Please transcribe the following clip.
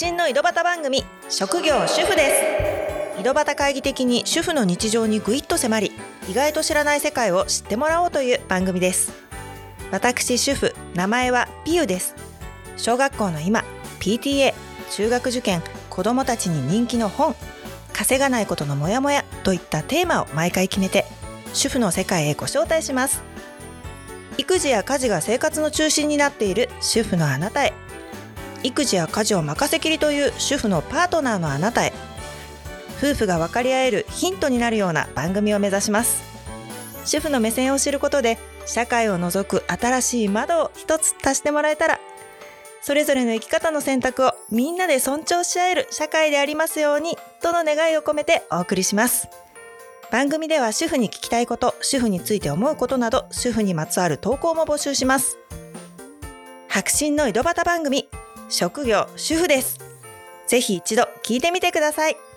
信の井戸端番組、職業主婦です。井戸端会議的に主婦の日常にぐいっと迫り、意外と知らない世界を知ってもらおうという番組です。私主婦、名前はピユです。小学校の今、 PTA、 中学受験、子どもたちに人気の本、稼がないことのモヤモヤといったテーマを毎回決めて主婦の世界へご招待します。育児や家事が生活の中心になっている主婦のあなたへ、育児や家事を任せきりという主婦のパートナーのあなたへ、夫婦が分かり合えるヒントになるような番組を目指します。主婦の目線を知ることで社会を覗く新しい窓を一つ足してもらえたら、それぞれの生き方の選択をみんなで尊重し合える社会でありますようにとの願いを込めてお送りします。番組では主婦に聞きたいこと、主婦について思うことなど、主婦にまつわる投稿も募集します。白真の井戸端番組、職業主婦です。ぜひ一度聞いてみてください。